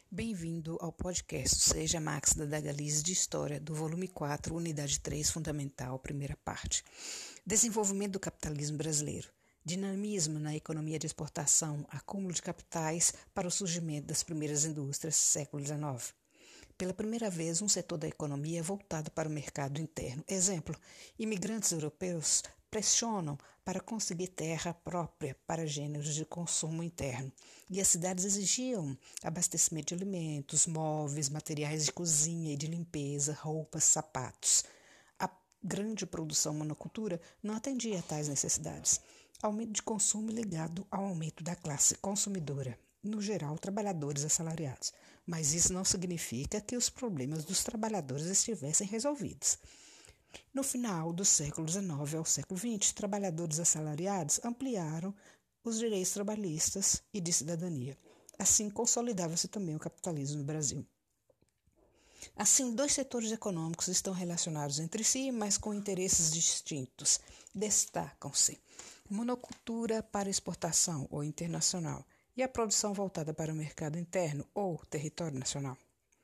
Bem-vindo ao podcast Seja Max da Dagalize de História, do volume 4, unidade 3, fundamental, primeira parte. Desenvolvimento do capitalismo brasileiro. Dinamismo na economia de exportação, acúmulo de capitais para o surgimento das primeiras indústrias, século XIX. Pela primeira vez, um setor da economia voltado para o mercado interno. Exemplo, imigrantes europeus pressionam para conseguir terra própria para gêneros de consumo interno. E as cidades exigiam abastecimento de alimentos, móveis, materiais de cozinha e de limpeza, roupas, sapatos. A grande produção monocultura não atendia a tais necessidades. Aumento de consumo ligado ao aumento da classe consumidora. No geral, trabalhadores assalariados. Mas isso não significa que os problemas dos trabalhadores estivessem resolvidos. No final do século XIX ao século XX, trabalhadores assalariados ampliaram os direitos trabalhistas e de cidadania. Assim, consolidava-se também o capitalismo no Brasil. Assim, dois setores econômicos estão relacionados entre si, mas com interesses distintos. Destacam-se monocultura para exportação ou internacional e a produção voltada para o mercado interno ou território nacional.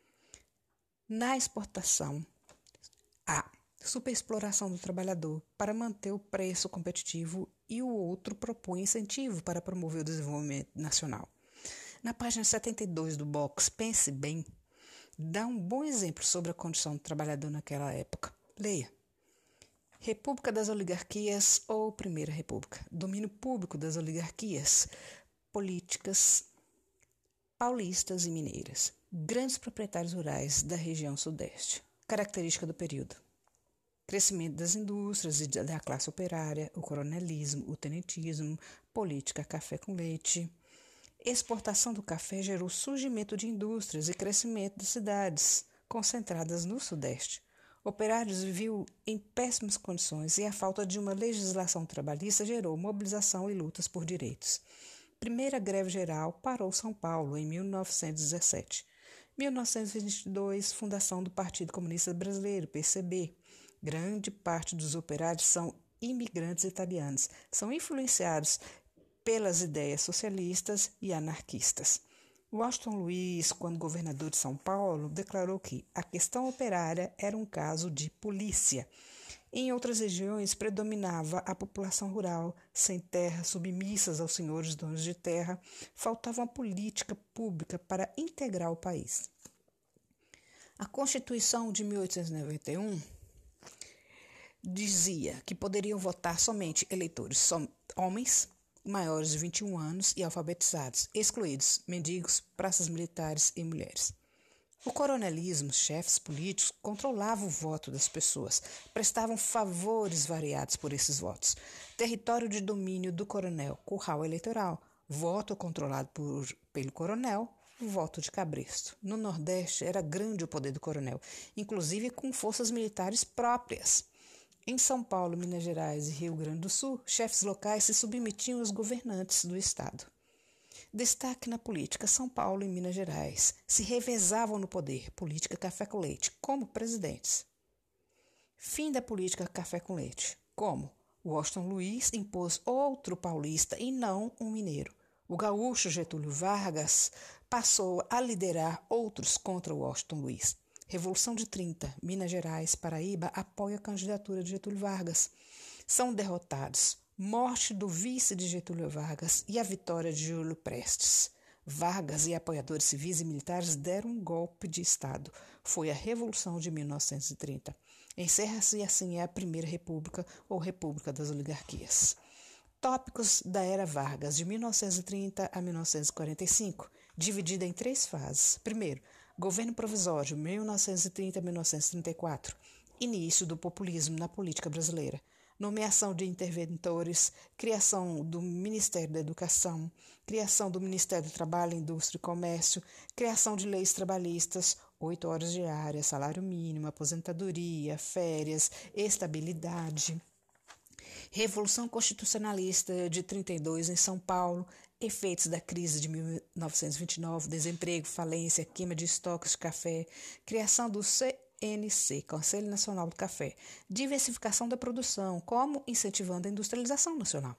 Na exportação, há superexploração do trabalhador para manter o preço competitivo e o outro propõe incentivo para promover o desenvolvimento nacional. Na página 72 do box, Pense Bem, dá um bom exemplo sobre a condição do trabalhador naquela época. Leia. República das oligarquias ou Primeira República. Domínio público das oligarquias políticas paulistas e mineiras. Grandes proprietários rurais da região sudeste. Característica do período. Crescimento das indústrias e da classe operária, o coronelismo, o tenentismo, política café com leite. Exportação do café gerou surgimento de indústrias e crescimento de cidades concentradas no Sudeste. Operários viviam em péssimas condições e a falta de uma legislação trabalhista gerou mobilização e lutas por direitos. Primeira greve geral parou São Paulo em 1917. 1922, fundação do Partido Comunista Brasileiro, PCB. Grande parte dos operários são imigrantes italianos. São influenciados pelas ideias socialistas e anarquistas. Washington Luiz, quando governador de São Paulo, declarou que a questão operária era um caso de polícia. Em outras regiões, predominava a população rural, sem terra, submissas aos senhores donos de terra. Faltava uma política pública para integrar o país. A Constituição de 1891 dizia que poderiam votar somente eleitores homens, maiores de 21 anos e alfabetizados, excluídos mendigos, praças militares e mulheres. O coronelismo, chefes políticos, controlavam o voto das pessoas, prestavam favores variados por esses votos. Território de domínio do coronel, curral eleitoral, voto controlado pelo coronel, voto de cabresto. No Nordeste era grande o poder do coronel, inclusive com forças militares próprias. Em São Paulo, Minas Gerais e Rio Grande do Sul, chefes locais se submetiam aos governantes do Estado. Destaque na política: São Paulo e Minas Gerais se revezavam no poder, política café com leite, como presidentes. Fim da política café com leite, como Washington Luiz impôs outro paulista e não um mineiro. O gaúcho Getúlio Vargas passou a liderar outros contra Washington Luiz. Revolução de 30, Minas Gerais, Paraíba apoia a candidatura de Getúlio Vargas. São derrotados. Morte do vice de Getúlio Vargas e a vitória de Júlio Prestes. Vargas e apoiadores civis e militares deram um golpe de Estado. Foi a Revolução de 1930. Encerra-se assim a Primeira República ou República das Oligarquias. Tópicos da Era Vargas, de 1930 a 1945, dividida em 3 fases. Primeiro, governo provisório, 1930 a 1934. Início do populismo na política brasileira. Nomeação de interventores, criação do Ministério da Educação, criação do Ministério do Trabalho, Indústria e Comércio, criação de leis trabalhistas, 8 horas diárias, salário mínimo, aposentadoria, férias, estabilidade. Revolução Constitucionalista de 32 em São Paulo, efeitos da crise de 1929, desemprego, falência, queima de estoques de café, criação do CNC, Conselho Nacional do Café, diversificação da produção, como incentivando a industrialização nacional.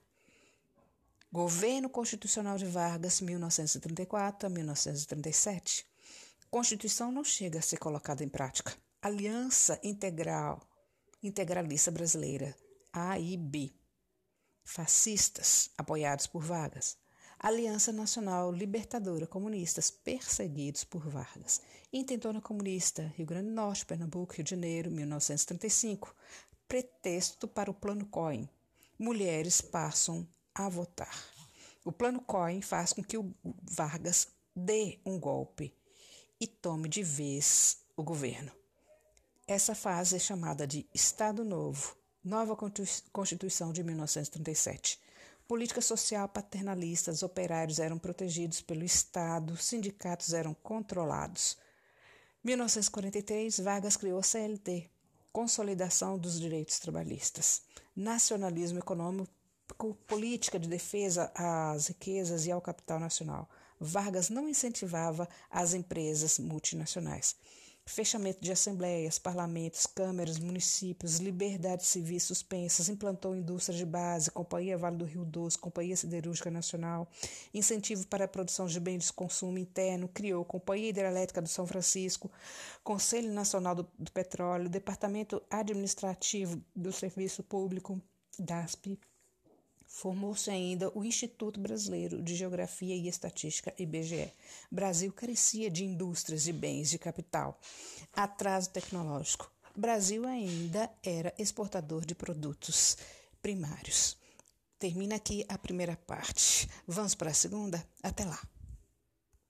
Governo Constitucional de Vargas, 1934 a 1937. Constituição não chega a ser colocada em prática. Aliança Integralista Brasileira, AIB. Fascistas, apoiados por Vargas. Aliança Nacional Libertadora Comunistas, perseguidos por Vargas. Intentona Comunista, Rio Grande do Norte, Pernambuco, Rio de Janeiro, 1935. Pretexto para o Plano Cohen. Mulheres passam a votar. O Plano Cohen faz com que o Vargas dê um golpe e tome de vez o governo. Essa fase é chamada de Estado Novo, nova Constituição de 1937. Política social paternalista, os operários eram protegidos pelo Estado, sindicatos eram controlados. 1943, Vargas criou a CLT, consolidação dos direitos trabalhistas. Nacionalismo econômico, política de defesa às riquezas e ao capital nacional. Vargas não incentivava as empresas multinacionais. Fechamento de assembleias, parlamentos, câmaras, municípios, liberdades civis suspensas, implantou indústria de base, Companhia Vale do Rio Doce, Companhia Siderúrgica Nacional, incentivo para a produção de bens de consumo interno, criou Companhia Hidrelétrica do São Francisco, Conselho Nacional do Petróleo, Departamento Administrativo do Serviço Público, DASP. Formou-se ainda o Instituto Brasileiro de Geografia e Estatística, IBGE. Brasil carecia de indústrias de bens de capital. Atraso tecnológico. Brasil ainda era exportador de produtos primários. Termina aqui a primeira parte. Vamos para a segunda? Até lá.